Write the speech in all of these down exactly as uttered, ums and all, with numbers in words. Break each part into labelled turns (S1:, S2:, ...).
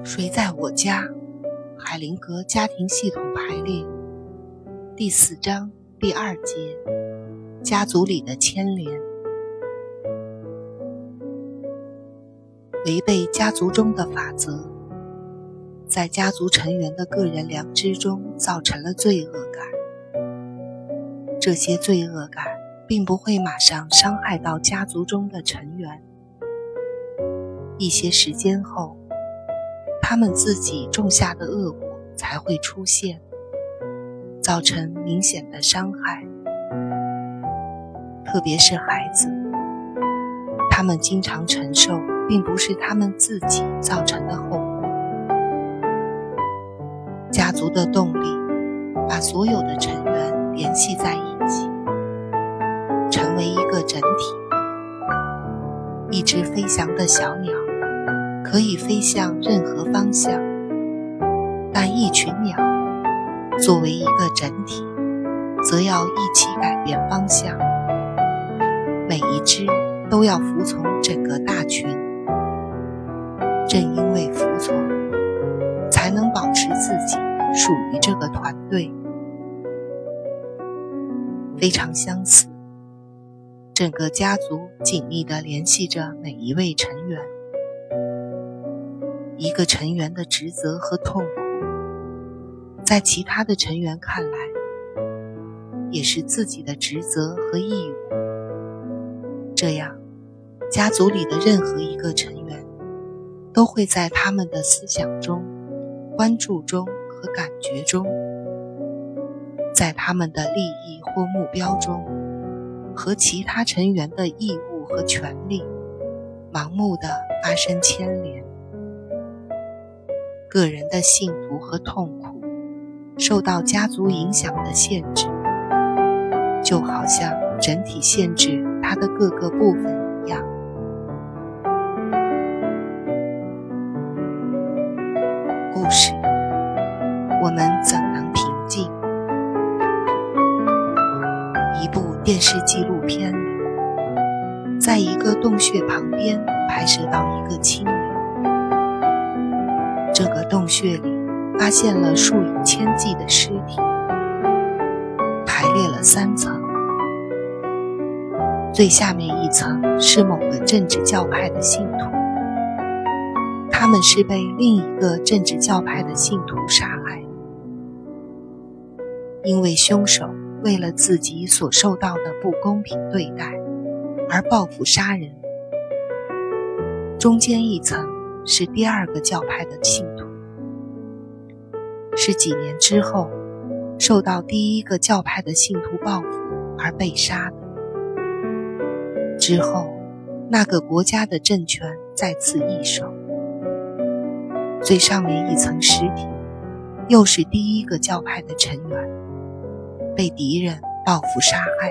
S1: 谁在我家？海灵格家庭系统排列第四章第二节，家族里的牵连。违背家族中的法则，在家族成员的个人良知中造成了罪恶感。这些罪恶感并不会马上伤害到家族中的成员，一些时间后，他们自己种下的恶果才会出现，造成明显的伤害。特别是孩子，他们经常承受并不是他们自己造成的后果。家族的动力把所有的成员联系在一起，成为一个整体。一只飞翔的小鸟可以飞向任何方向，但一群鸟作为一个整体，则要一起改变方向。每一只都要服从整个大群，正因为服从，才能保持自己属于这个团队。非常相似，整个家族紧密地联系着每一位成员。一个成员的职责和痛苦，在其他的成员看来，也是自己的职责和义务。这样，家族里的任何一个成员，都会在他们的思想中、关注中和感觉中，在他们的利益或目标中，和其他成员的义务和权利，盲目地发生牵连。个人的幸福和痛苦受到家族影响的限制，就好像整体限制它的各个部分一样。故事，我们怎能平静？一部电视纪录片里，在一个洞穴旁边拍摄到一个青年。这个洞穴里发现了数以千计的尸体，排列了三层。最下面一层是某个政治教派的信徒，他们是被另一个政治教派的信徒杀害。因为凶手为了自己所受到的不公平对待而报复杀人。中间一层是第二个教派的信徒，是几年之后受到第一个教派的信徒报复而被杀的。之后，那个国家的政权再次易手。最上面一层尸体又是第一个教派的成员，被敌人报复杀害。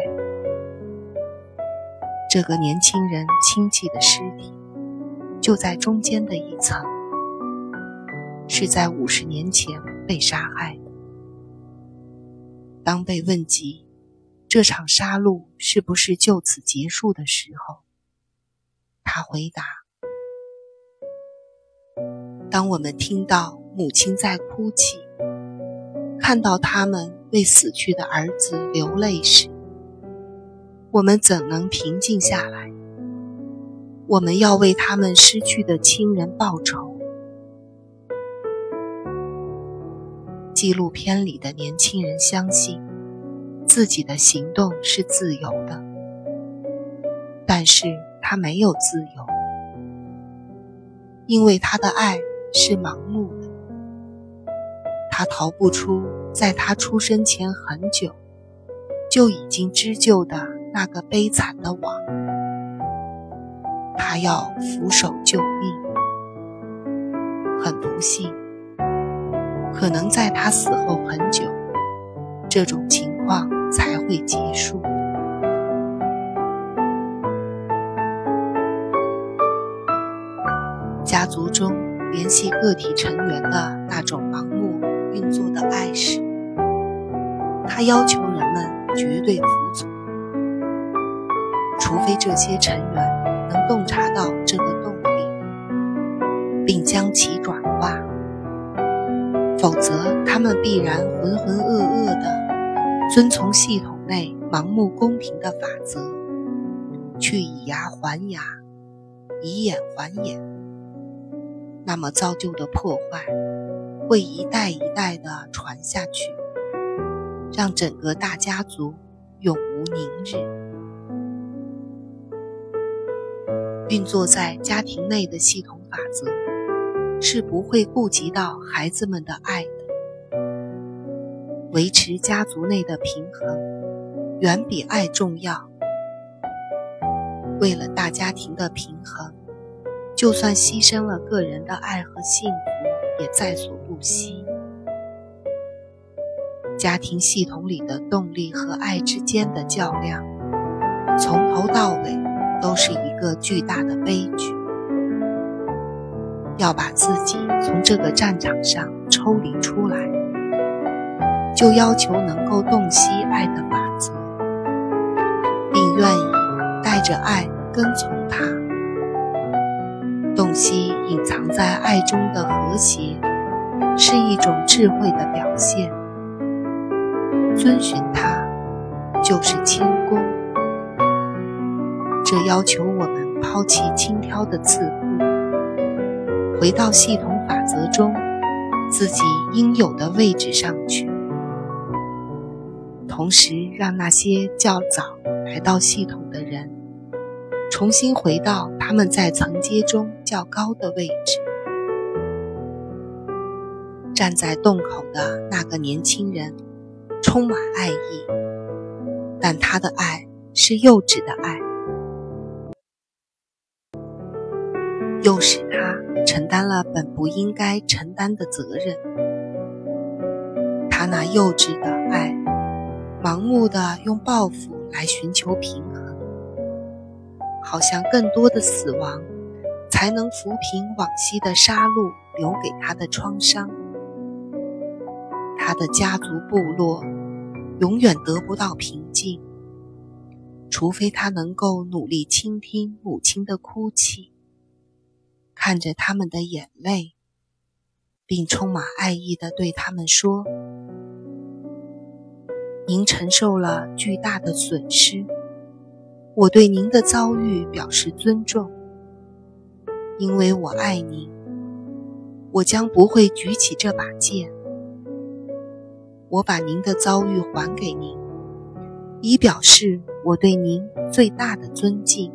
S1: 这个年轻人亲戚的尸体就在中间的一层，是在五十年前被杀害的。当被问及这场杀戮是不是就此结束的时候，他回答：当我们听到母亲在哭泣，看到他们为死去的儿子流泪时，我们怎能平静下来？我们要为他们失去的亲人报仇。纪录片里的年轻人相信自己的行动是自由的，但是他没有自由，因为他的爱是盲目的。他逃不出在他出生前很久就已经织就的那个悲惨的网。他要俯首救命。很不幸，可能在他死后很久，这种情况才会结束。家族中联系个体成员的那种盲目运作的爱时，他要求人们绝对服从，除非这些成员能洞察到这个动力，并将其转化。 否则他们必然浑浑噩噩地遵从系统内盲目公平的法则，去以牙还牙，以眼还眼。那么造就的破坏会一代一代地传下去，让整个大家族永无宁日。运作在家庭内的系统法则是不会顾及到孩子们的爱的。维持家族内的平衡远比爱重要。为了大家庭的平衡，就算牺牲了个人的爱和幸福也在所不惜。家庭系统里的动力和爱之间的较量，从头到尾都是一个巨大的悲剧。要把自己从这个战场上抽离出来，就要求能够洞悉爱的法则，并愿意带着爱跟从它。洞悉隐藏在爱中的和谐，是一种智慧的表现。遵循它，就是谦恭。这要求我们抛弃轻佻的自负，回到系统法则中自己应有的位置上去，同时让那些较早来到系统的人重新回到他们在层阶中较高的位置。站在洞口的那个年轻人充满爱意，但他的爱是幼稚的爱，诱使他承担了本不应该承担的责任。他那幼稚的爱盲目地用报复来寻求平衡，好像更多的死亡才能抚平往昔的杀戮留给他的创伤。他的家族部落永远得不到平静，除非他能够努力倾听母亲的哭泣，看着他们的眼泪，并充满爱意地对他们说：您承受了巨大的损失，我对您的遭遇表示尊重。因为我爱您，我将不会举起这把剑。我把您的遭遇还给您，以表示我对您最大的尊敬。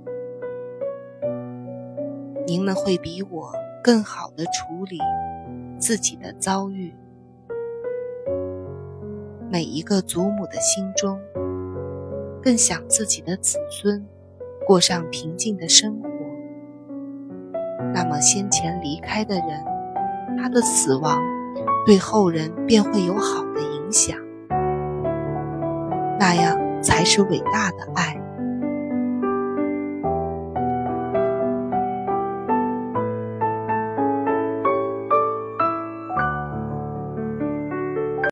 S1: 您们会比我更好地处理自己的遭遇。每一个祖母的心中更想自己的子孙过上平静的生活，那么先前离开的人，他的死亡对后人便会有好的影响，那样才是伟大的爱。